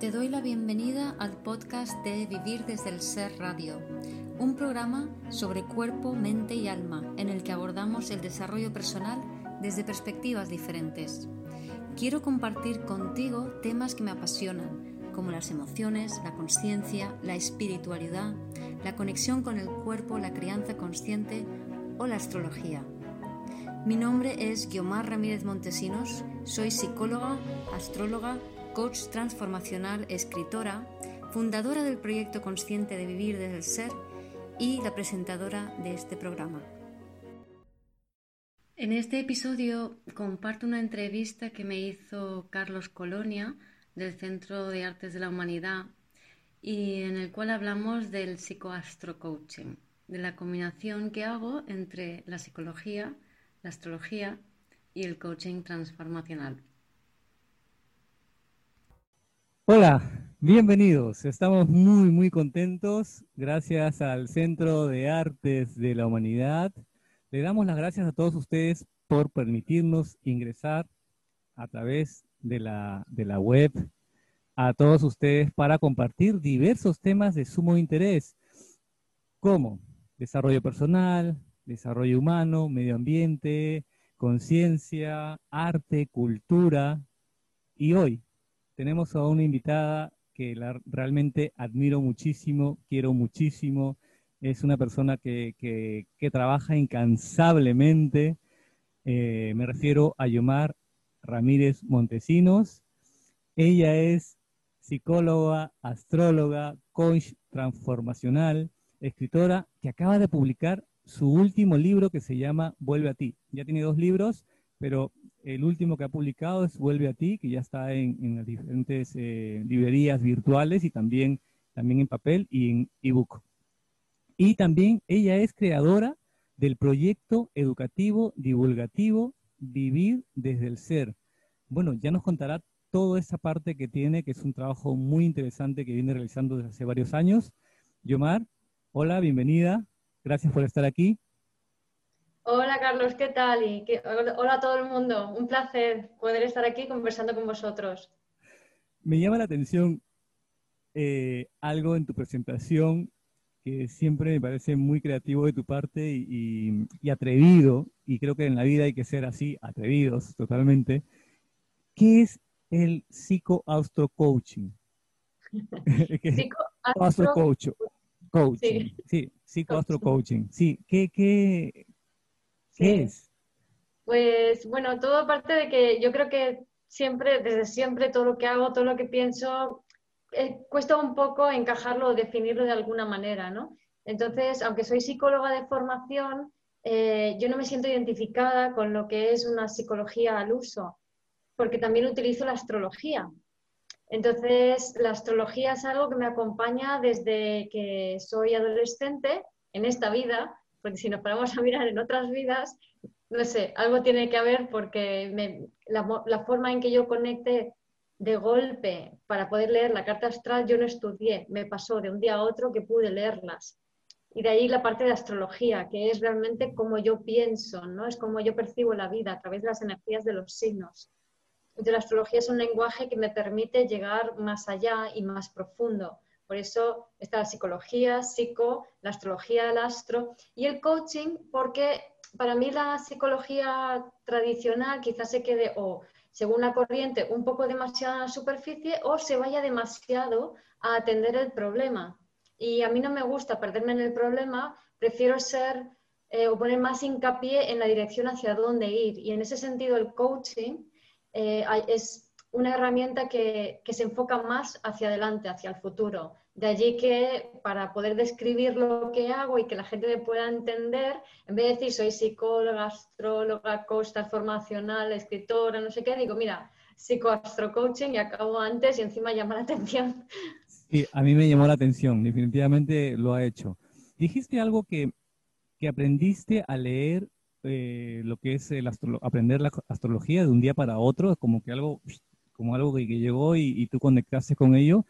Te doy la bienvenida al podcast de Vivir desde el Ser Radio, un programa sobre cuerpo, mente y alma en el que abordamos el desarrollo personal desde perspectivas diferentes. Quiero compartir contigo temas que me apasionan, como las emociones, la consciencia, la espiritualidad, la conexión con el cuerpo, la crianza consciente o la astrología. Mi nombre es Guiomar Ramírez Montesinos, soy psicóloga, astróloga, coach transformacional, escritora, fundadora del proyecto consciente de Vivir desde el Ser y la presentadora de este programa. En este episodio comparto una entrevista que me hizo Carlos Colonia del Centro de Artes de la Humanidad y en el cual hablamos del psicoastrocoaching, de la combinación que hago entre la psicología, la astrología y el coaching transformacional. Hola, bienvenidos. Estamos muy contentos. Gracias al Centro de Artes de la Humanidad. Le damos las gracias a todos ustedes por permitirnos ingresar a través de la web a todos ustedes para compartir diversos temas de sumo interés, como desarrollo personal, desarrollo humano, medio ambiente, conciencia, arte, cultura. Y hoy tenemos a una invitada que realmente admiro muchísimo, quiero muchísimo. Es una persona que trabaja incansablemente. Me refiero a Guiomar Ramírez Montesinos. Ella es psicóloga, astróloga, coach transformacional, escritora que acaba de publicar su último libro que se llama Vuelve a ti. Ya tiene 2 libros, pero el último que ha publicado es Vuelve a ti, que ya está en las diferentes librerías virtuales y también en papel y en ebook. Y también ella es creadora del proyecto educativo divulgativo Vivir desde el Ser. Bueno, ya nos contará toda esa parte que tiene, que es un trabajo muy interesante que viene realizando desde hace varios años. Guiomar, hola, bienvenida. Gracias por estar aquí. Hola Carlos, ¿qué tal? Hola a todo el mundo. Un placer poder estar aquí conversando con vosotros. Me llama la atención algo en tu presentación que siempre me parece muy creativo de tu parte y atrevido, y creo que en la vida hay que ser así, atrevidos totalmente. ¿Qué es el psicoastrocoaching? Astrocoaching. Sí, psicoastrocoaching. Sí, ¿qué es? Pues bueno, todo parte de que yo creo que desde siempre, todo lo que hago, todo lo que pienso, cuesta un poco encajarlo o definirlo de alguna manera, ¿no? Entonces, aunque soy psicóloga de formación, yo no me siento identificada con lo que es una psicología al uso, porque también utilizo la astrología. Entonces, la astrología es algo que me acompaña desde que soy adolescente en esta vida, porque si nos paramos a mirar en otras vidas, no sé, algo tiene que haber porque la forma en que yo conecte de golpe para poder leer la carta astral, yo no estudié, me pasó de un día a otro que pude leerlas. Y de ahí la parte de astrología, que es realmente cómo yo pienso, ¿no? Es cómo yo percibo la vida a través de las energías de los signos. Entonces, la astrología es un lenguaje que me permite llegar más allá y más profundo. Por eso está la psicología, la astrología, el astro y el coaching, porque para mí la psicología tradicional quizás se quede o según la corriente un poco demasiado a la superficie o se vaya demasiado a atender el problema. Y a mí no me gusta perderme en el problema, prefiero ser o poner más hincapié en la dirección hacia dónde ir. Y en ese sentido el coaching es una herramienta que se enfoca más hacia adelante, hacia el futuro. De allí que para poder describir lo que hago y que la gente me pueda entender, en vez de decir soy psicóloga, astróloga, coach transformacional, escritora, no sé qué, digo, mira, psicoastrocoaching y acabo antes y encima llama la atención. Sí, a mí me llamó la atención, definitivamente lo ha hecho. Dijiste algo que aprendiste a leer lo que es aprender la astrología de un día para otro, como algo que llegó y tú conectaste con ello.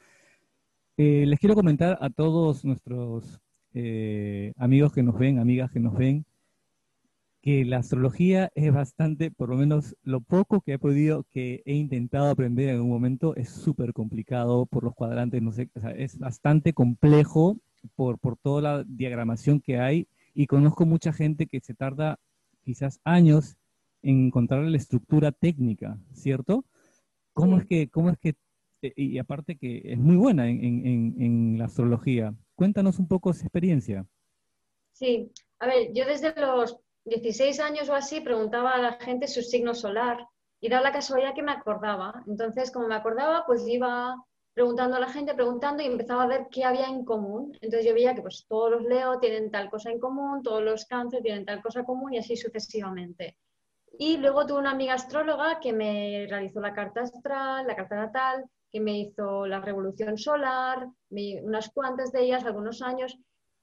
Les quiero comentar a todos nuestros amigos que nos ven, amigas que nos ven, que la astrología es bastante, por lo menos lo poco que he podido, que he intentado aprender en un momento, es súper complicado por los cuadrantes, no sé, o sea, es bastante complejo por toda la diagramación que hay y conozco mucha gente que se tarda quizás años en encontrar la estructura técnica, ¿cierto? Sí. Cómo es que, y aparte que es muy buena en la astrología, cuéntanos un poco esa experiencia. Sí, a ver, yo desde los 16 años o así preguntaba a la gente su signo solar y daba la casualidad que me acordaba. Entonces, como me acordaba, pues iba preguntando a la gente, preguntando y empezaba a ver qué había en común. Entonces yo veía que pues todos los Leo tienen tal cosa en común, todos los Cáncer tienen tal cosa común y así sucesivamente. Y luego tuve una amiga astróloga que me realizó la carta astral, la carta natal, que me hizo la revolución solar, unas cuantas de ellas, algunos años.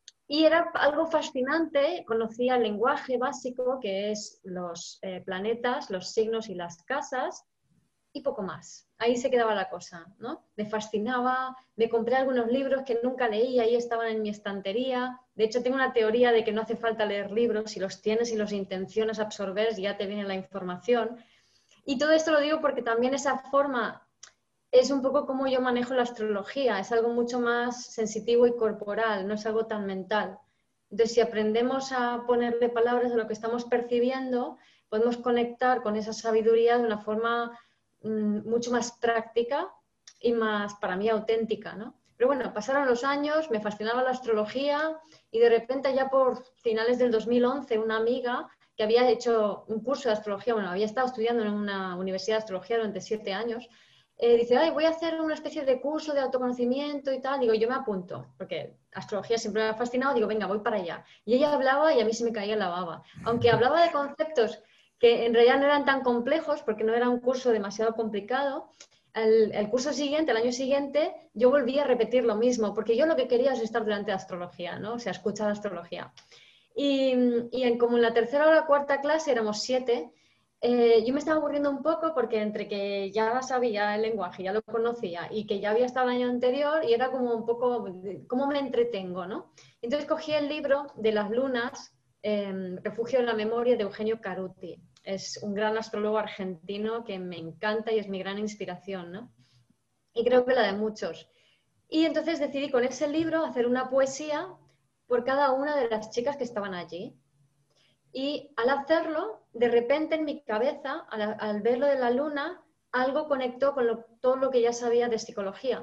Y era algo fascinante, conocía el lenguaje básico, que es los planetas, los signos y las casas, y poco más. Ahí se quedaba la cosa, ¿no? Me fascinaba, me compré algunos libros que nunca leí, ahí estaban en mi estantería. De hecho, tengo una teoría de que no hace falta leer libros, si los tienes y los intencionas absorber, ya te viene la información. Y todo esto lo digo porque también esa forma es un poco como yo manejo la astrología, es algo mucho más sensitivo y corporal, no es algo tan mental. Entonces, si aprendemos a ponerle palabras a lo que estamos percibiendo, podemos conectar con esa sabiduría de una forma mucho más práctica y más, para mí, auténtica, ¿no? Pero bueno, pasaron los años, me fascinaba la astrología y de repente ya por finales del 2011 una amiga que había hecho un curso de astrología, bueno, había estado estudiando en una universidad de astrología durante 7 años, dice, ay, voy a hacer una especie de curso de autoconocimiento y tal. Digo, yo me apunto, porque astrología siempre me ha fascinado. Digo, venga, voy para allá. Y ella hablaba y a mí se me caía la baba. Aunque hablaba de conceptos que en realidad no eran tan complejos, porque no era un curso demasiado complicado, el curso siguiente, el año siguiente, yo volví a repetir lo mismo, porque yo lo que quería es estar delante de astrología, ¿no? O sea, escuchar astrología. Como en la tercera o la cuarta clase éramos 7, yo me estaba aburriendo un poco porque entre que ya sabía el lenguaje, ya lo conocía y que ya había estado el año anterior y era como un poco, ¿cómo me entretengo, no? Entonces cogí el libro de las lunas, Refugio en la memoria de Eugenio Caruti. Es un gran astrólogo argentino que me encanta y es mi gran inspiración, ¿no? Y creo que la de muchos. Y entonces decidí con ese libro hacer una poesía por cada una de las chicas que estaban allí. Y al hacerlo, de repente en mi cabeza, al ver lo de la luna, algo conectó con todo lo que ya sabía de psicología.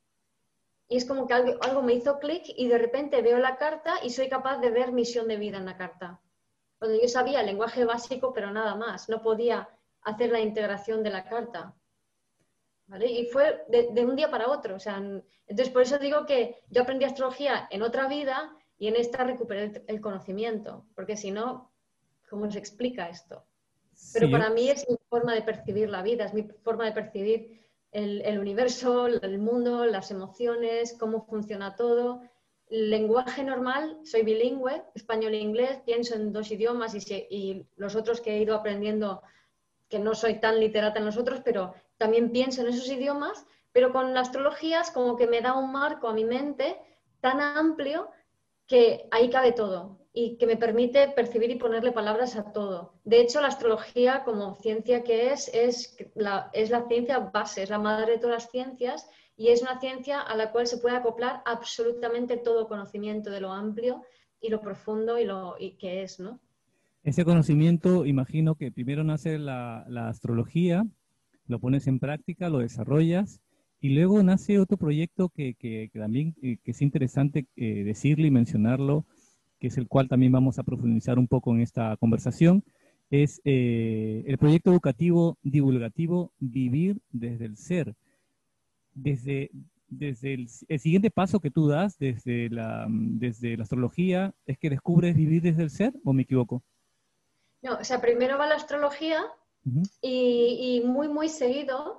Y es como que algo me hizo clic y de repente veo la carta y soy capaz de ver misión de vida en la carta. Cuando yo sabía el lenguaje básico, pero nada más, no podía hacer la integración de la carta. ¿Vale? Y fue de un día para otro. O sea, entonces, por eso digo que yo aprendí astrología en otra vida y en esta recuperé el conocimiento, porque si no, ¿cómo se explica esto? Pero Sí, yo, para mí es mi forma de percibir la vida, es mi forma de percibir el universo, el mundo, las emociones, cómo funciona todo. El lenguaje normal, soy bilingüe, español e inglés, pienso en 2 idiomas y los otros que he ido aprendiendo, que no soy tan literata en los otros, pero también pienso en esos idiomas, pero con la astrología es como que me da un marco a mi mente tan amplio que ahí cabe todo y que me permite percibir y ponerle palabras a todo. De hecho, la astrología como ciencia que es la ciencia base, es la madre de todas las ciencias y es una ciencia a la cual se puede acoplar absolutamente todo conocimiento de lo amplio y lo profundo y que es, ¿no? ese conocimiento, imagino que primero nace la astrología, lo pones en práctica, lo desarrollas, y luego nace otro proyecto que también que es interesante decirlo y mencionarlo, que es el cual también vamos a profundizar un poco en esta conversación, es el proyecto educativo divulgativo Vivir desde el Ser. Desde, desde el siguiente paso que tú das desde la astrología, ¿es que descubres vivir desde el ser o me equivoco? No, o sea, primero va la astrología Ujú. y muy, muy seguido.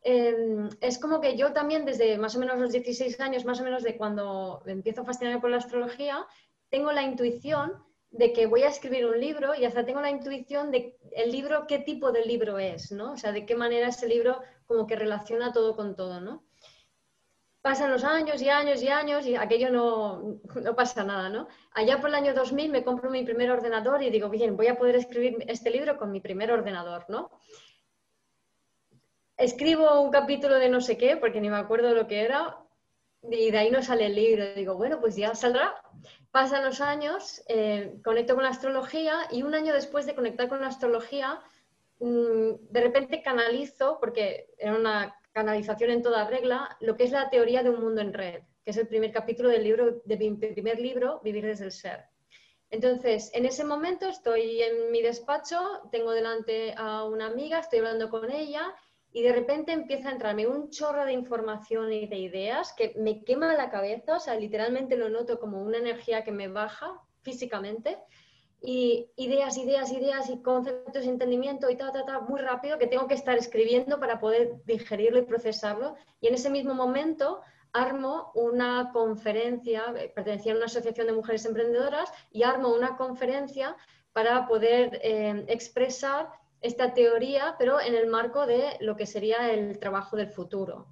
Es como que yo también desde más o menos los 16 años, más o menos de cuando empiezo a fascinarme por la astrología, tengo la intuición de que voy a escribir un libro y hasta tengo la intuición de el libro, qué tipo de libro es, ¿no? O sea, de qué manera ese libro como que relaciona todo con todo, ¿no? pasan los años y años y años y aquello no pasa nada, ¿no? Allá por el año 2000 me compro mi primer ordenador y digo, bien, voy a poder escribir este libro con mi primer ordenador, ¿no? Escribo un capítulo de no sé qué, porque ni me acuerdo lo que era, y de ahí no sale el libro. Digo, bueno, pues ya saldrá. Pasan los años, conecto con la astrología y un año después de conectar con la astrología, de repente canalizo, porque era una canalización en toda regla, lo que es la teoría de un mundo en red, que es el primer capítulo del libro, de mi primer libro, Vivir desde el Ser. Entonces, en ese momento estoy en mi despacho, tengo delante a una amiga, estoy hablando con ella y de repente empieza a entrarme un chorro de información y de ideas que me quema la cabeza, o sea, literalmente lo noto como una energía que me baja físicamente y ideas, ideas, ideas y conceptos de entendimiento y muy rápido que tengo que estar escribiendo para poder digerirlo y procesarlo. Y en ese mismo momento armo una conferencia, pertenecía a una asociación de mujeres emprendedoras, y armo una conferencia para poder expresar esta teoría, pero en el marco de lo que sería el trabajo del futuro.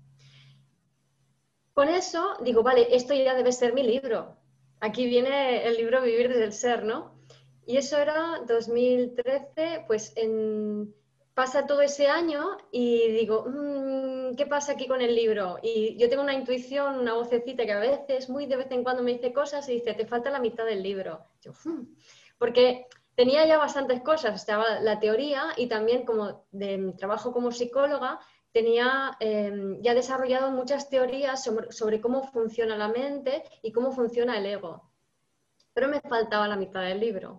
Con eso digo, vale, esto ya debe ser mi libro. Aquí viene el libro Vivir desde el Ser, ¿no? Y eso era 2013, pues pasa todo ese año y digo, ¿qué pasa aquí con el libro? Y yo tengo una intuición, una vocecita que a veces, muy de vez en cuando me dice cosas y dice, te falta la mitad del libro. Yo, porque tenía ya bastantes cosas, estaba la teoría y también como de mi trabajo como psicóloga, tenía ya desarrollado muchas teorías sobre cómo funciona la mente y cómo funciona el ego. Pero me faltaba la mitad del libro.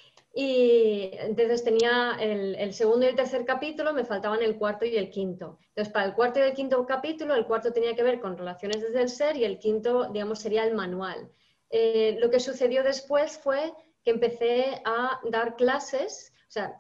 Y entonces tenía el segundo y el tercer capítulo, me faltaban el cuarto y el quinto. Entonces, para el cuarto y el quinto capítulo, el cuarto tenía que ver con relaciones desde el ser y el quinto, digamos, sería el manual. Lo que sucedió después fue que empecé a dar clases, o sea,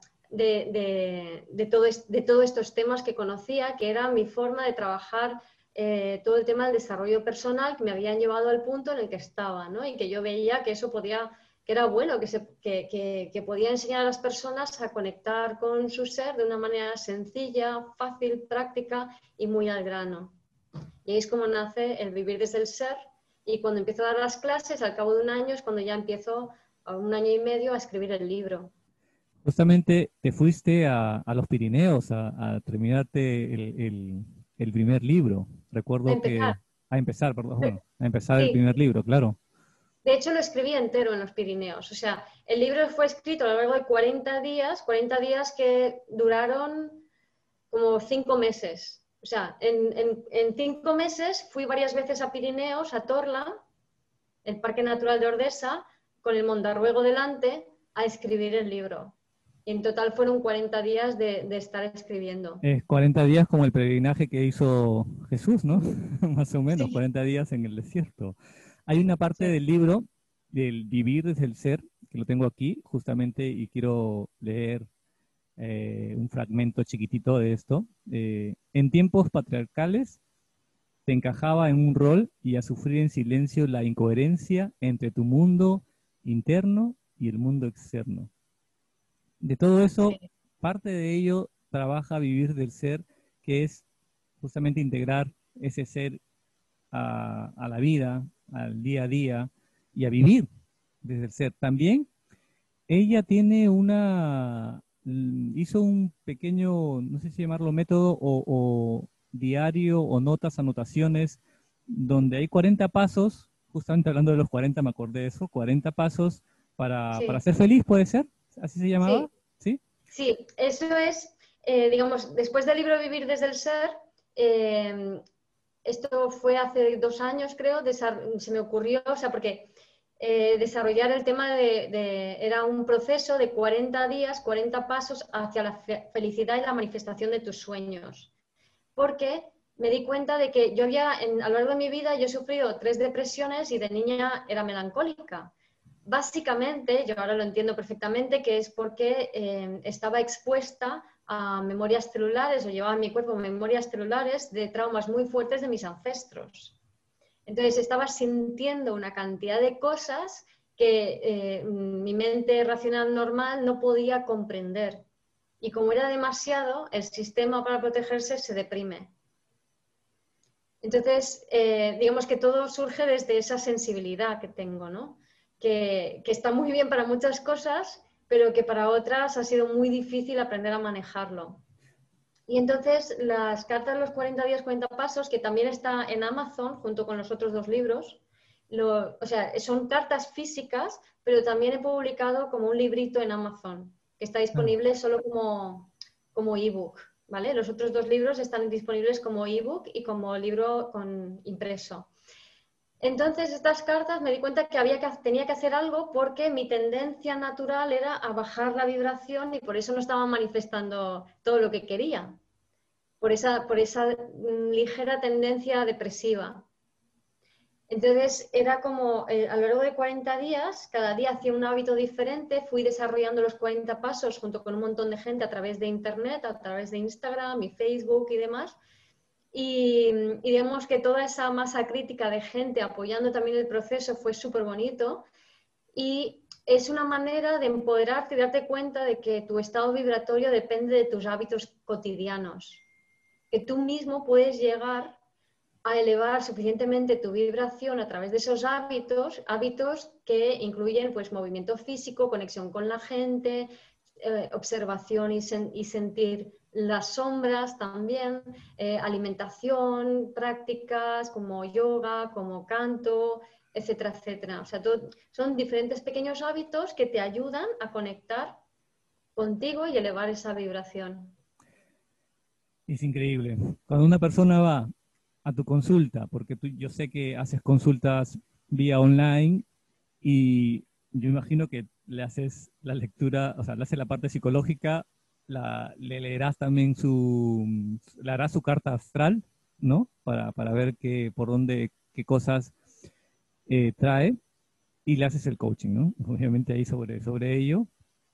de todos estos temas que conocía, que era mi forma de trabajar todo el tema del desarrollo personal, que me habían llevado al punto en el que estaba, ¿no? Y que yo veía que eso podía, que era bueno, que podía enseñar a las personas a conectar con su ser de una manera sencilla, fácil, práctica y muy al grano. Y ahí es como nace el Vivir desde el Ser. Y cuando empiezo a dar las clases, al cabo de un año, es cuando ya empiezo, a un año y medio, a escribir el libro. Justamente te fuiste a los Pirineos a terminarte el primer libro. A Recuerdo empezar, que, a empezar, perdón, bueno, a empezar el sí. primer libro, claro. De hecho, lo escribí entero en los Pirineos. O sea, el libro fue escrito a lo largo de 40 días que duraron como 5 meses. O sea, en 5 meses fui varias veces a Pirineos, a Torla, el Parque Natural de Ordesa, con el Mondarruego delante, a escribir el libro. Y en total fueron 40 días de estar escribiendo. 40 días como el peregrinaje que hizo Jesús, ¿no? Más o menos, Sí, 40 días en el desierto. Hay una parte sí. del libro, del Vivir desde el Ser, que lo tengo aquí justamente y quiero leer un fragmento chiquitito de esto. En tiempos patriarcales te encajaba en un rol y a sufrir en silencio la incoherencia entre tu mundo interno y el mundo externo. De todo eso, parte de ello trabaja Vivir del Ser, que es justamente integrar ese ser a la vida, al día a día y a vivir desde el ser. También ella tiene hizo un pequeño, no sé si llamarlo método o diario o notas, anotaciones, donde hay 40 pasos, justamente hablando de los 40 me acordé de eso, 40 pasos para Sí, ser feliz, ¿puede ser? ¿Así se llamaba? sí, ¿Sí? sí, eso es, digamos, después del libro Vivir desde el Ser, eh, esto fue hace 2 años, creo, se me ocurrió, o sea, porque desarrollar el tema era un proceso de 40 días, 40 pasos hacia la felicidad y la manifestación de tus sueños. Porque me di cuenta de que yo a lo largo de mi vida, yo he sufrido 3 depresiones y de niña era melancólica. Básicamente, yo ahora lo entiendo perfectamente, que es porque estaba expuesta a memorias celulares o llevaba en mi cuerpo memorias celulares de traumas muy fuertes de mis ancestros. Entonces estaba sintiendo una cantidad de cosas que mi mente racional normal no podía comprender. Y como era demasiado, el sistema para protegerse se deprime. Entonces, digamos que todo surge desde esa sensibilidad que tengo, ¿no? Que está muy bien para muchas cosas, pero que para otras ha sido muy difícil aprender a manejarlo. Y entonces las cartas Los 40 días, 40 pasos, que también está en Amazon junto con los otros 2 libros, o sea, son cartas físicas, pero también he publicado como un librito en Amazon, que está Ah, disponible solo como ebook, ¿vale? Los otros 2 libros están disponibles como ebook y como libro con impreso. Entonces, estas cartas me di cuenta que tenía que hacer algo porque mi tendencia natural era a bajar la vibración y por eso no estaba manifestando todo lo que quería, por esa ligera tendencia depresiva. Entonces, era como a lo largo de 40 días, cada día hacía un hábito diferente, fui desarrollando los 40 pasos junto con un montón de gente a través de Internet, a través de Instagram y Facebook y demás. Y digamos que toda esa masa crítica de gente apoyando también el proceso fue súper bonito y es una manera de empoderarte y darte cuenta de que tu estado vibratorio depende de tus hábitos cotidianos, que tú mismo puedes llegar a elevar suficientemente tu vibración a través de esos hábitos que incluyen pues movimiento físico, conexión con la gente, observación y sentir las sombras también, alimentación, prácticas como yoga, como canto, etcétera, etcétera. O sea, son diferentes pequeños hábitos que te ayudan a conectar contigo y elevar esa vibración. es increíble. Cuando una persona va a tu consulta, porque yo sé que haces consultas vía online y yo imagino que le haces la lectura, o sea, le haces la parte psicológica, le leerás también le harás su carta astral, ¿no? Para ver por dónde, qué cosas trae y le haces el coaching, ¿no? Obviamente ahí sobre ello.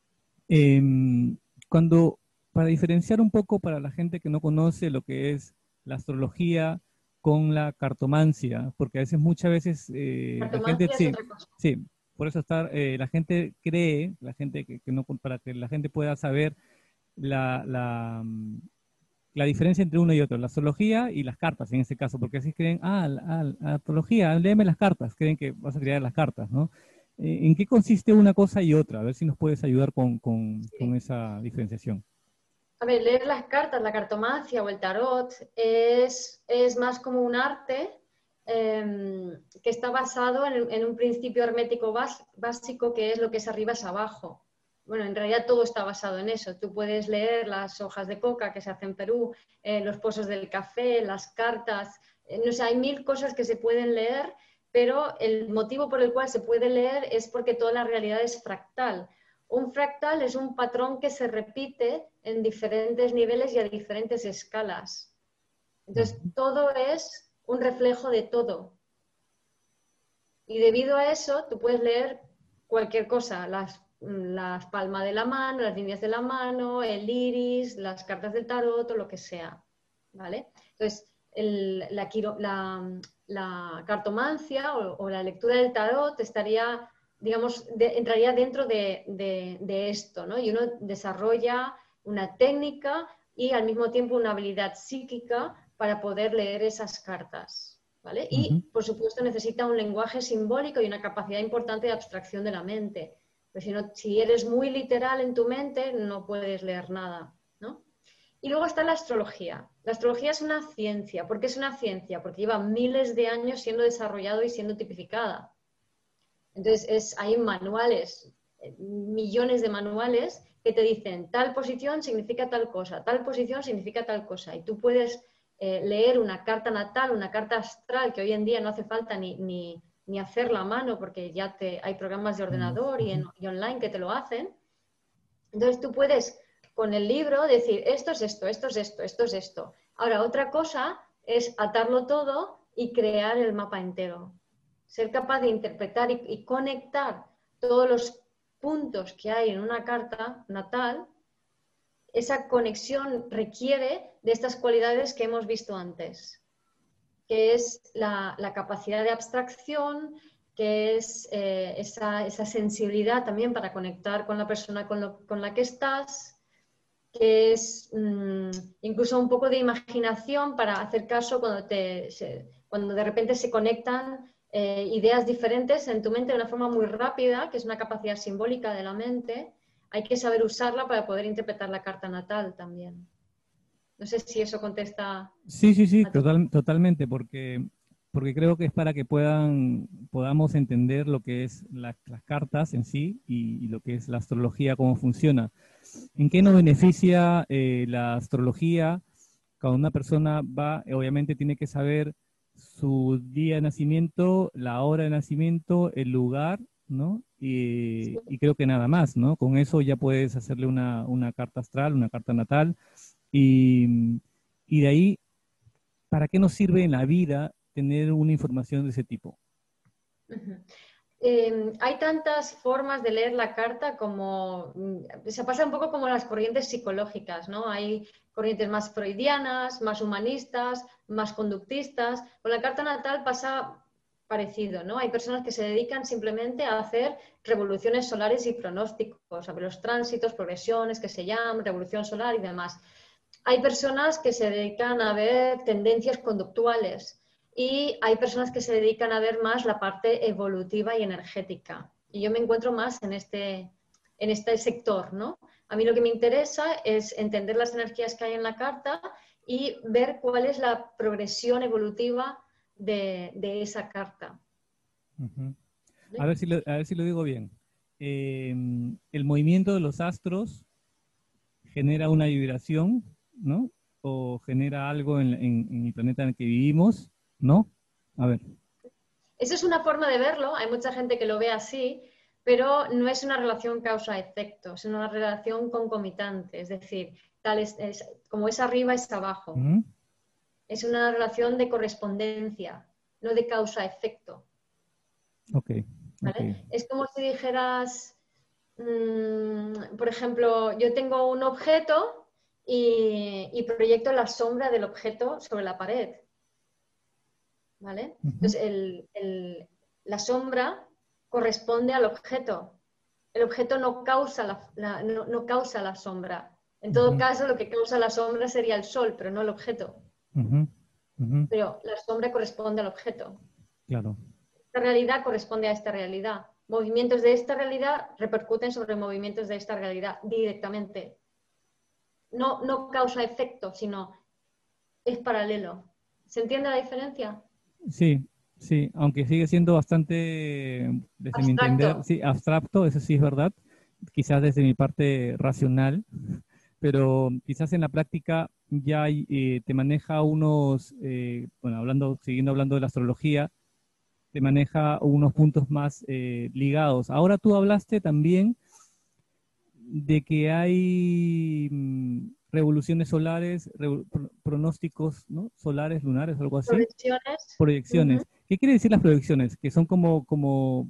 Em, cuando, para diferenciar un poco para la gente que no conoce lo que es la astrología con la cartomancia, porque a veces, muchas veces, la gente, Cartomancia es sí, otra cosa. sí, por eso la gente cree, la gente que no, para que la gente pueda saber la, la, mm, la diferencia entre uno y otro, la astrología y las cartas en este caso, porque así creen, la astrología, léeme las cartas, creen que vas a crear las cartas, ¿no? ¿En qué consiste una cosa y otra? A ver si nos puedes ayudar con Sí. esa diferenciación. A ver, leer las cartas, la cartomancia o el tarot es más como un arte que está basado en un principio hermético básico que es lo que es arriba es abajo. Bueno, en realidad todo está basado en eso. Tú puedes leer las hojas de coca que se hacen en Perú, los pozos del café, las cartas. No sé, hay 1000 cosas que se pueden leer, pero el motivo por el cual se puede leer es porque toda la realidad es fractal. Un fractal es un patrón que se repite en diferentes niveles y a diferentes escalas. Entonces, Ujú. todo es un reflejo de todo. Y debido a eso, tú puedes leer cualquier cosa, las palmas de la mano, las líneas de la mano, el iris, las cartas del tarot o lo que sea. ¿Vale? Entonces, la cartomancia o la lectura del tarot estaría, digamos, entraría dentro de esto, ¿no? Y uno desarrolla una técnica y al mismo tiempo una habilidad psíquica para poder leer esas cartas. ¿Vale? Ujú. Y, por supuesto, necesita un lenguaje simbólico y una capacidad importante de abstracción de la mente. Pues si eres muy literal en tu mente, no puedes leer nada, ¿no? Y luego está la astrología. La astrología es una ciencia. ¿Por qué es una ciencia? Porque lleva miles de años siendo desarrollado y siendo tipificada. Entonces, hay manuales, millones de manuales que te dicen tal posición significa tal cosa, tal posición significa tal cosa. Y tú puedes leer una carta natal, una carta astral, que hoy en día no hace falta ni hacerla a mano porque ya hay programas de ordenador Ujú. y online que te lo hacen. Entonces tú puedes con el libro decir esto es esto, esto es esto, esto es esto. Ahora, otra cosa es atarlo todo y crear el mapa entero. Ser capaz de interpretar y conectar todos los puntos que hay en una carta natal, esa conexión requiere de estas cualidades que hemos visto antes, que es la capacidad de abstracción, que es esa sensibilidad también para conectar con la persona con la que estás, que es incluso un poco de imaginación para hacer caso cuando de repente se conectan ideas diferentes en tu mente de una forma muy rápida, que es una capacidad simbólica de la mente. Hay que saber usarla para poder interpretar la carta natal también. No sé si eso contesta Sí, a tu... totalmente, porque creo que es para que podamos entender lo que es las cartas en sí y lo que es la astrología, cómo funciona. ¿En qué nos beneficia la astrología? Cuando una persona va, obviamente tiene que saber su día de nacimiento, la hora de nacimiento, el lugar, ¿no? Y creo que nada más, ¿no? Con eso ya puedes hacerle una carta astral, una carta natal, y de ahí, ¿para qué nos sirve en la vida tener una información de ese tipo? Hay tantas formas de leer la carta como se pasa un poco como las corrientes psicológicas, ¿no? Hay corrientes más freudianas, más humanistas, más conductistas. Con la carta natal pasa parecido, ¿no? Hay personas que se dedican simplemente a hacer revoluciones solares y pronósticos, sobre los tránsitos, progresiones que se llaman, revolución solar y demás. Hay personas que se dedican a ver tendencias conductuales y hay personas que se dedican a ver más la parte evolutiva y energética. Y yo me encuentro más en este sector, ¿no? A mí lo que me interesa es entender las energías que hay en la carta y ver cuál es la progresión evolutiva de esa carta. Ujú. ¿Vale? A ver si lo digo bien. El movimiento de los astros genera una vibración, ¿no? O genera algo en el planeta en el que vivimos, ¿no? A ver. Esa es una forma de verlo, hay mucha gente que lo ve así, pero no es una relación causa-efecto, es una relación concomitante, es decir, como es arriba es abajo. Ujú. Es una relación de correspondencia, no de causa-efecto. Ok, ok. ¿Vale? Es como si dijeras, por ejemplo, yo tengo un objeto y proyecto la sombra del objeto sobre la pared. ¿Vale? Ujú, Entonces, la sombra corresponde al objeto. El objeto no causa no causa la sombra. En todo ujú, caso, lo que causa la sombra sería el sol, pero no el objeto. ujú, ujú. Pero la sombra corresponde al objeto. Claro. Esta realidad corresponde a esta realidad. Movimientos de esta realidad repercuten sobre movimientos de esta realidad directamente. No causa efecto, sino es paralelo. ¿Se entiende la diferencia? Sí, sí, aunque sigue siendo bastante, desde mi entender, Abstracto. sí, abstracto, eso sí es verdad, quizás desde mi parte racional, pero quizás en la práctica ya te maneja bueno, siguiendo hablando de la astrología, te maneja unos puntos más ligados. Ahora tú hablaste también de que hay revoluciones solares, pronósticos, ¿no? Solares, lunares, algo así, Progresiones. proyecciones. ¿Qué quiere decir las proyecciones? ¿Que son como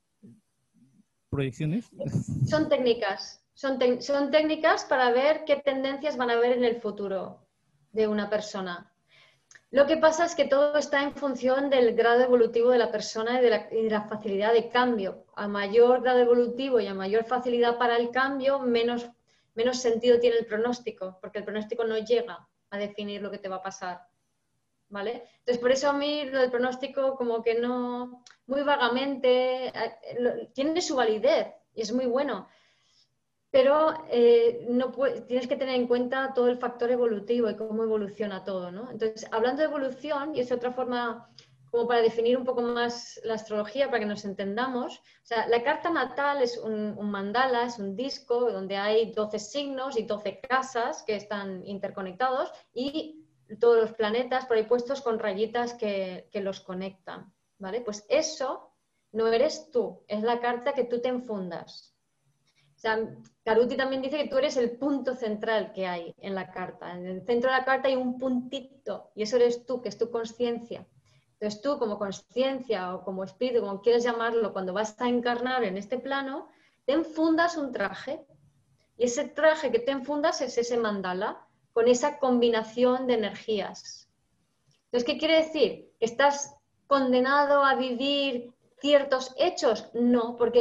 proyecciones? Son técnicas, son técnicas para ver qué tendencias van a haber en el futuro de una persona. Lo que pasa es que todo está en función del grado evolutivo de la persona y de la facilidad de cambio. A mayor grado evolutivo y a mayor facilidad para el cambio, menos sentido tiene el pronóstico, porque el pronóstico no llega a definir lo que te va a pasar. ¿Vale? Entonces, por eso a mí lo del pronóstico como que no, muy vagamente, tiene su validez y es muy bueno, pero tienes que tener en cuenta todo el factor evolutivo y cómo evoluciona todo, ¿no? Entonces, hablando de evolución, y es otra forma como para definir un poco más la astrología, para que nos entendamos, o sea, la carta natal es un mandala, es un disco donde hay 12 signos y 12 casas que están interconectados y todos los planetas por ahí puestos con rayitas que los conectan, ¿vale? Pues eso no eres tú, es la carta que tú te enfundas. O sea, Caruti también dice que tú eres el punto central que hay en la carta. En el centro de la carta hay un puntito y eso eres tú, que es tu conciencia. Entonces tú como conciencia o como espíritu, como quieras llamarlo, cuando vas a encarnar en este plano, te enfundas un traje. Y ese traje que te enfundas es ese mandala con esa combinación de energías. Entonces, ¿qué quiere decir? ¿Estás condenado a vivir ciertos hechos? No, porque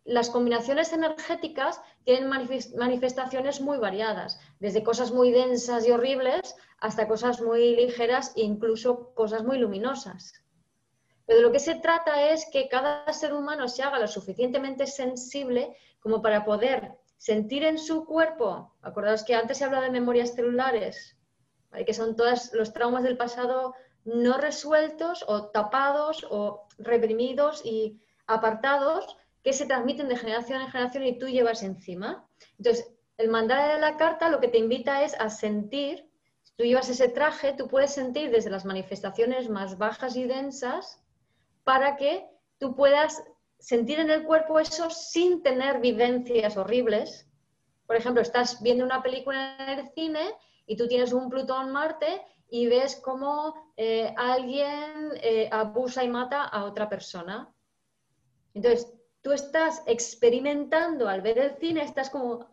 las combinaciones energéticas tienen manifestaciones muy variadas, desde cosas muy densas y horribles hasta cosas muy ligeras e incluso cosas muy luminosas. Pero de lo que se trata es que cada ser humano se haga lo suficientemente sensible como para poder sentir en su cuerpo, acordaos que antes se habla de memorias celulares, ¿vale? Que son todos los traumas del pasado no resueltos o tapados o reprimidos y apartados que se transmiten de generación en generación y tú llevas encima. Entonces, el mandala de la carta lo que te invita es a sentir, si tú llevas ese traje, tú puedes sentir desde las manifestaciones más bajas y densas para que tú puedas sentir en el cuerpo eso sin tener vivencias horribles. Por ejemplo, estás viendo una película en el cine y tú tienes un Plutón-Marte y ves cómo alguien abusa y mata a otra persona. Entonces, tú estás experimentando al ver el cine, estás como,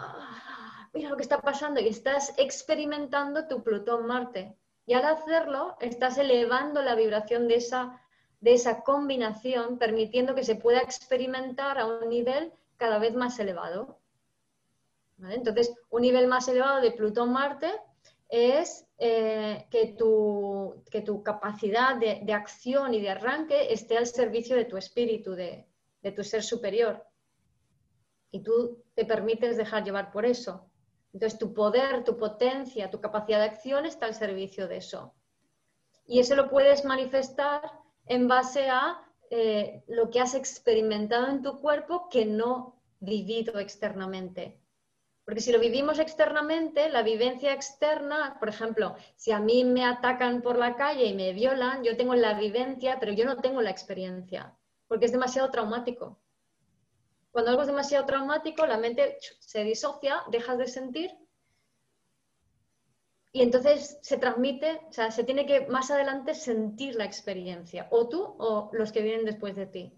mira lo que está pasando, y estás experimentando tu Plutón-Marte. Y al hacerlo, estás elevando la vibración de esa combinación, permitiendo que se pueda experimentar a un nivel cada vez más elevado. ¿Vale? Entonces, un nivel más elevado de Plutón-Marte es que tu capacidad de acción y de arranque esté al servicio de tu espíritu, de tu ser superior. Y tú te permites dejar llevar por eso. Entonces, tu poder, tu potencia, tu capacidad de acción está al servicio de eso. Y eso lo puedes manifestar en base a lo que has experimentado en tu cuerpo que no vivido externamente. Porque si lo vivimos externamente, la vivencia externa, por ejemplo, si a mí me atacan por la calle y me violan, yo tengo la vivencia, pero yo no tengo la experiencia, porque es demasiado traumático. Cuando algo es demasiado traumático, la mente se disocia, dejas de sentir y entonces se transmite, o sea, se tiene que más adelante sentir la experiencia, o tú o los que vienen después de ti.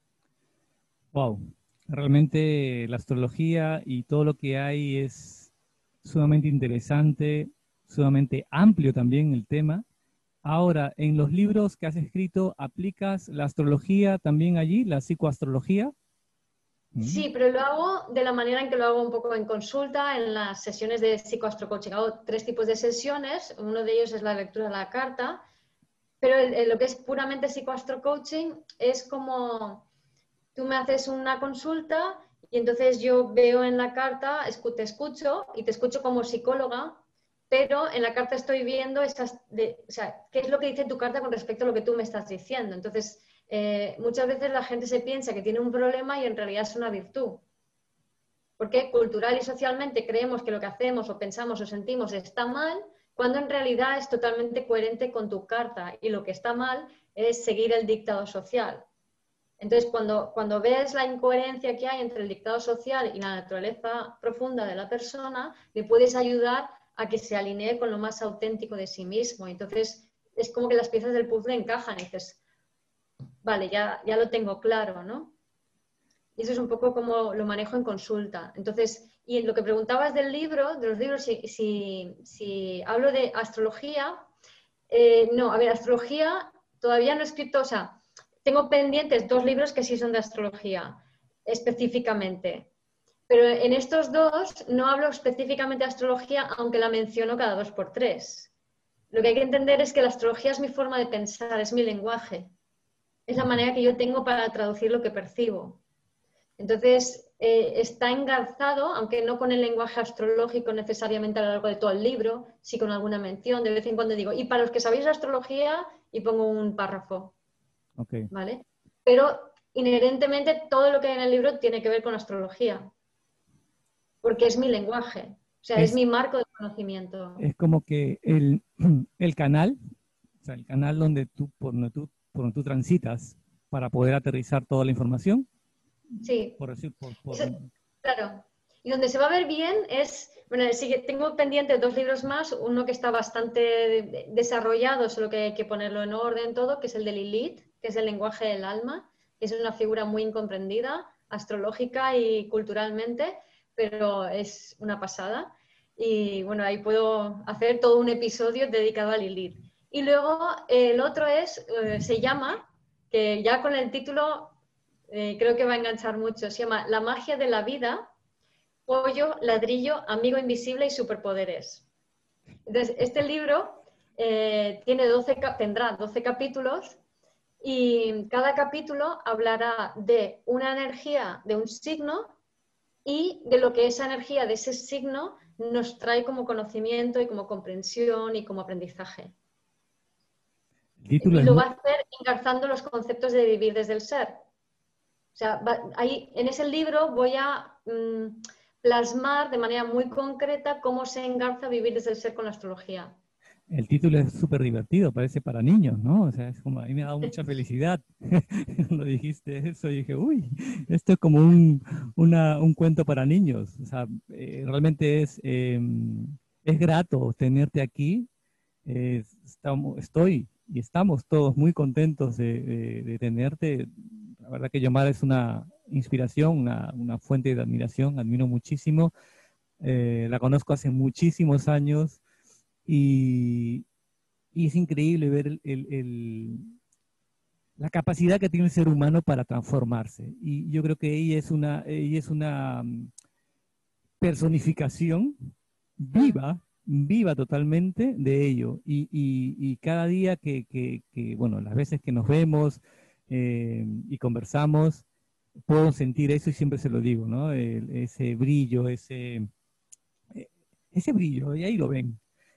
Wow, realmente la astrología y todo lo que hay es sumamente interesante, sumamente amplio también el tema. Ahora, en los libros que has escrito, ¿aplicas la astrología también allí, la psicoastrología? Sí, pero lo hago de la manera en que lo hago un poco en consulta, en las sesiones de psicoastrocoaching. Hago 3 tipos de sesiones, uno de ellos es la lectura de la carta, pero lo que es puramente psicoastrocoaching es como tú me haces una consulta y entonces yo veo en la carta, te escucho y te escucho como psicóloga, pero en la carta estoy viendo o sea, qué es lo que dice tu carta con respecto a lo que tú me estás diciendo. Entonces, muchas veces la gente se piensa que tiene un problema y en realidad es una virtud. Porque cultural y socialmente creemos que lo que hacemos o pensamos o sentimos está mal, cuando en realidad es totalmente coherente con tu carta y lo que está mal es seguir el dictado social. Entonces, cuando ves la incoherencia que hay entre el dictado social y la naturaleza profunda de la persona, le puedes ayudar a que se alinee con lo más auténtico de sí mismo. Entonces, es como que las piezas del puzzle encajan y dices, vale, ya lo tengo claro, ¿no? Y eso es un poco como lo manejo en consulta. Entonces, y en lo que preguntabas del libro, de los libros, si hablo de astrología, no, a ver, astrología todavía no he escrito, o sea, tengo pendientes 2 libros que sí son de astrología, específicamente. Pero en estos 2 no hablo específicamente de astrología, aunque la menciono cada 2 por 3. Lo que hay que entender es que la astrología es mi forma de pensar, es mi lenguaje. Es la manera que yo tengo para traducir lo que percibo. Entonces, está engarzado, aunque no con el lenguaje astrológico necesariamente a lo largo de todo el libro, sí con alguna mención. De vez en cuando digo, y para los que sabéis astrología, y pongo un párrafo. Okay. ¿Vale? Pero inherentemente todo lo que hay en el libro tiene que ver con astrología, porque es mi lenguaje, o sea, es mi marco de conocimiento. Es como que el canal, o sea, el canal por donde tú transitas para poder aterrizar toda la información. Sí. Por decir, claro. Y donde se va a ver bien es, bueno, sí, tengo pendiente 2 libros más, uno que está bastante desarrollado, solo que hay que ponerlo en orden todo, que es el de Lilith, que es el lenguaje del alma, que es una figura muy incomprendida, astrológica y culturalmente, pero es una pasada. Y bueno, ahí puedo hacer todo un episodio dedicado a Lilith. Y luego el otro se llama, que ya con el título creo que va a enganchar mucho. Se llama La magia de la vida, pollo, ladrillo, amigo invisible y superpoderes. Entonces, este libro tendrá 12 capítulos y cada capítulo hablará de una energía de un signo y de lo que esa energía de ese signo nos trae como conocimiento y como comprensión y como aprendizaje. El título Y es lo muy... va a hacer engarzando los conceptos de vivir desde el ser. O sea, ahí, en ese libro voy a plasmar de manera muy concreta cómo se engarza vivir desde el ser con la astrología. El título es súper divertido, parece para niños, ¿no? O sea, es como, a mí me ha dado mucha felicidad cuando dijiste eso. Y dije, uy, esto es como un cuento para niños. O sea, realmente es grato tenerte aquí. Estoy y estamos todos muy contentos de tenerte. La verdad que Yomar es una inspiración, una fuente de admiración. Admiro muchísimo. La conozco hace muchísimos años y, y es increíble ver la capacidad que tiene el ser humano para transformarse. Y yo creo que ella es una personificación viva, viva totalmente de ello. Y cada día bueno, las veces que nos vemos y conversamos, puedo sentir eso y siempre se lo digo, ¿no? Ese brillo, ese brillo, y ahí lo ven.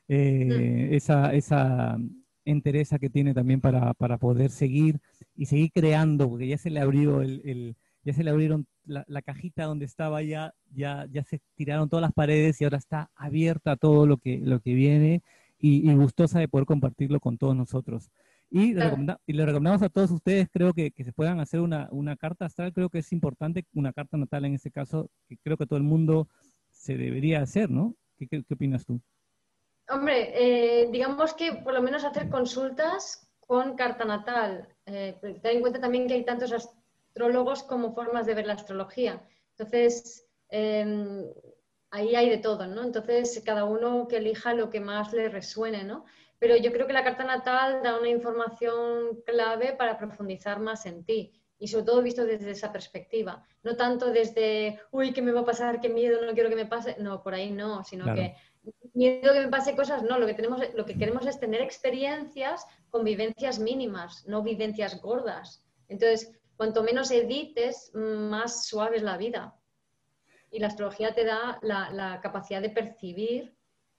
Esa entereza que tiene también para poder seguir y seguir creando, porque ya se le abrió ya se le abrieron la cajita donde estaba, ya se tiraron todas las paredes y ahora está abierta a todo lo que viene y gustosa de poder compartirlo con todos nosotros. Y le recomendamos a todos ustedes, creo que se puedan hacer una carta astral, creo que es importante, una carta natal en este caso, que creo que todo el mundo se debería hacer, ¿no? ¿Qué opinas tú? Hombre, digamos que por lo menos hacer consultas con carta natal. Ten en cuenta también que hay tantos astrólogos como formas de ver la astrología. Entonces, ahí hay de todo, ¿no? Entonces, cada uno que elija lo que más le resuene, ¿no? Pero yo creo que la carta natal da una información clave para profundizar más en ti. Y sobre todo visto desde esa perspectiva. No tanto desde, uy, ¿qué me va a pasar? ¿Qué miedo? No quiero que me pase. No, por ahí no, sino Claro, que miedo que me pase cosas, no, lo que queremos es tener experiencias con vivencias mínimas, no vivencias gordas. Entonces, cuanto menos edites, más suave es la vida. Y la astrología te da la capacidad de percibir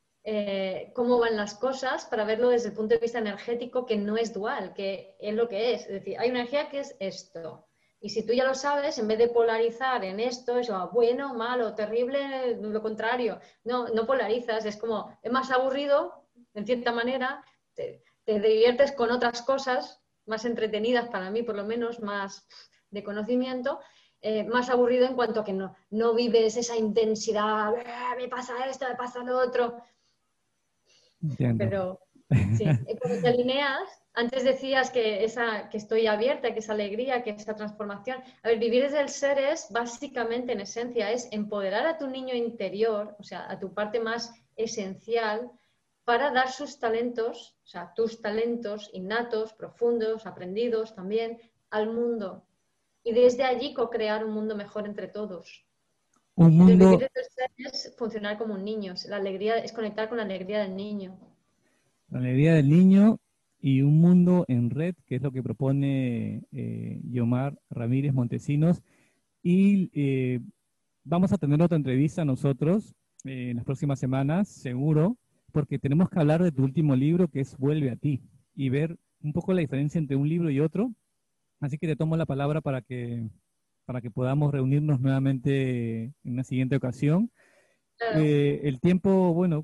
cómo van las cosas para verlo desde el punto de vista energético, que no es dual, que es lo que es. Es decir, hay una energía que es esto. Y si tú ya lo sabes, en vez de polarizar en esto, eso, bueno, malo, terrible, lo contrario, no polarizas, es como, es más aburrido, en cierta manera, te diviertes con otras cosas más entretenidas para mí, por lo menos, más de conocimiento, más aburrido en cuanto a que no vives esa intensidad, me pasa esto, me pasa lo otro, entiendo. pero sí, cuando te alineas, antes decías que estoy abierta, que esa alegría, que esa transformación. A ver, vivir desde el ser es básicamente, en esencia, es empoderar a tu niño interior, o sea, a tu parte más esencial, para dar sus talentos, o sea, tus talentos innatos, profundos, aprendidos también, al mundo. Y desde allí co-crear un mundo mejor entre todos. Un Entonces, vivir mundo, desde el ser es funcionar como un niño, la alegría es conectar con la alegría del niño. la alegría del niño y un mundo en red, que es lo que propone Yomar Ramírez Montesinos. Y vamos a tener otra entrevista nosotros en las próximas semanas, seguro, porque tenemos que hablar de tu último libro, que es Vuelve a ti, y ver un poco la diferencia entre un libro y otro. Así que te tomo la palabra para que podamos reunirnos nuevamente en una siguiente ocasión. Claro. El tiempo, bueno,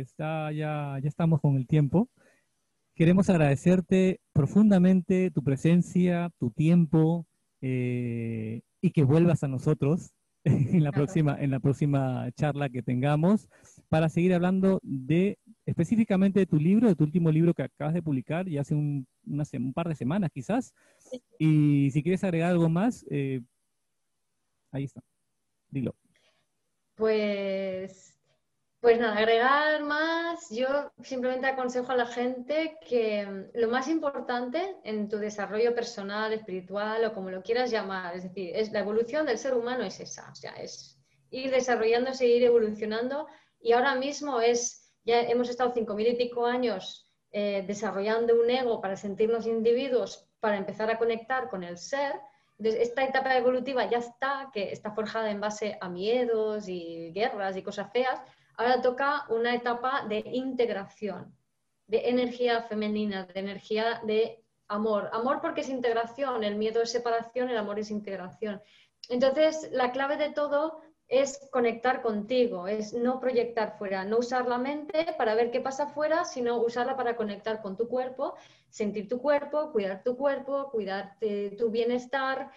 ya estamos con el tiempo. Queremos agradecerte profundamente tu presencia, tu tiempo y que vuelvas a nosotros en la próxima charla que tengamos para seguir hablando de específicamente de tu libro, de tu último libro que acabas de publicar ya hace un par de semanas quizás. Y si quieres agregar algo más, ahí está, dilo. Pues Pues nada, agregar más, yo simplemente aconsejo a la gente que lo más importante en tu desarrollo personal, espiritual o como lo quieras llamar, es decir, es la evolución del ser humano es esa, o sea, es ir desarrollándose, ir evolucionando y ahora mismo ya hemos estado 5.000 y pico años desarrollando un ego para sentirnos individuos, para empezar a conectar con el ser. Entonces, esta etapa evolutiva ya está, que está forjada en base a miedos y guerras y cosas feas. Ahora toca una etapa de integración, de energía femenina, de energía de amor. Amor porque es integración, el miedo es separación, el amor es integración. Entonces, la clave de todo es conectar contigo, es no proyectar fuera, no usar la mente para ver qué pasa fuera, sino usarla para conectar con tu cuerpo, sentir tu cuerpo, cuidar tu bienestar,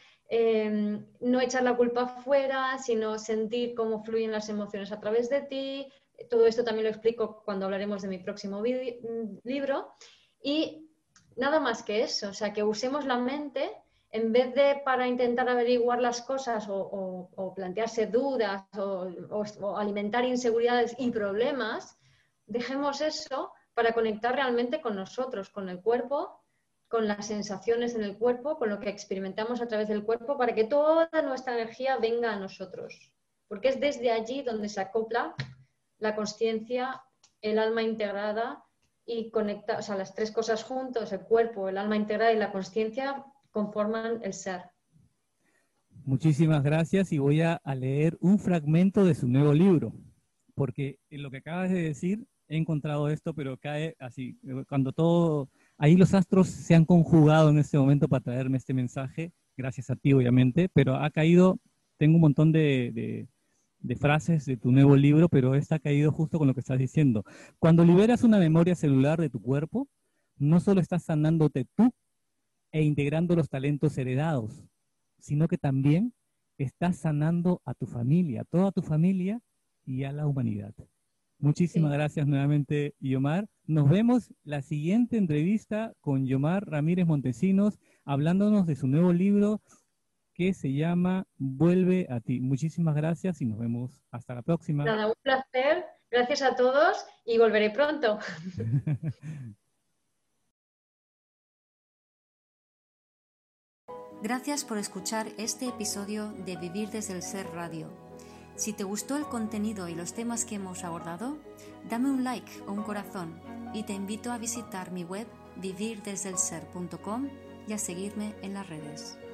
no echar la culpa fuera, sino sentir cómo fluyen las emociones a través de ti. Todo esto también lo explico cuando hablaremos de mi próximo libro. Y nada más que eso, o sea, que usemos la mente en vez de para intentar averiguar las cosas o plantearse dudas o alimentar inseguridades y problemas, dejemos eso para conectar realmente con nosotros, con el cuerpo, con las sensaciones en el cuerpo, con lo que experimentamos a través del cuerpo, para que toda nuestra energía venga a nosotros. Porque es desde allí donde se acopla la consciencia, el alma integrada y conecta, o sea, las tres cosas juntos, el cuerpo, el alma integrada y la consciencia, conforman el ser. Muchísimas gracias y voy a leer un fragmento de su nuevo libro, porque en lo que acabas de decir he encontrado esto, pero cae así, cuando todo, ahí los astros se han conjugado en este momento para traerme este mensaje, gracias a ti obviamente, pero ha caído, tengo un montón de frases de tu nuevo libro, pero esta ha caído justo con lo que estás diciendo. Cuando liberas una memoria celular de tu cuerpo, no solo estás sanándote tú e integrando los talentos heredados, sino que también estás sanando a tu familia, a toda tu familia y a la humanidad. Muchísimas gracias nuevamente, Yomar. Nos vemos la siguiente entrevista con Yomar Ramírez Montesinos, hablándonos de su nuevo libro que se llama Vuelve a ti. Muchísimas gracias y nos vemos hasta la próxima. Nada, un placer. Gracias a todos y volveré pronto. Gracias por escuchar este episodio de Vivir desde el Ser Radio. Si te gustó el contenido y los temas que hemos abordado, dame un like o un corazón y te invito a visitar mi web vivirdesdelser.com y a seguirme en las redes.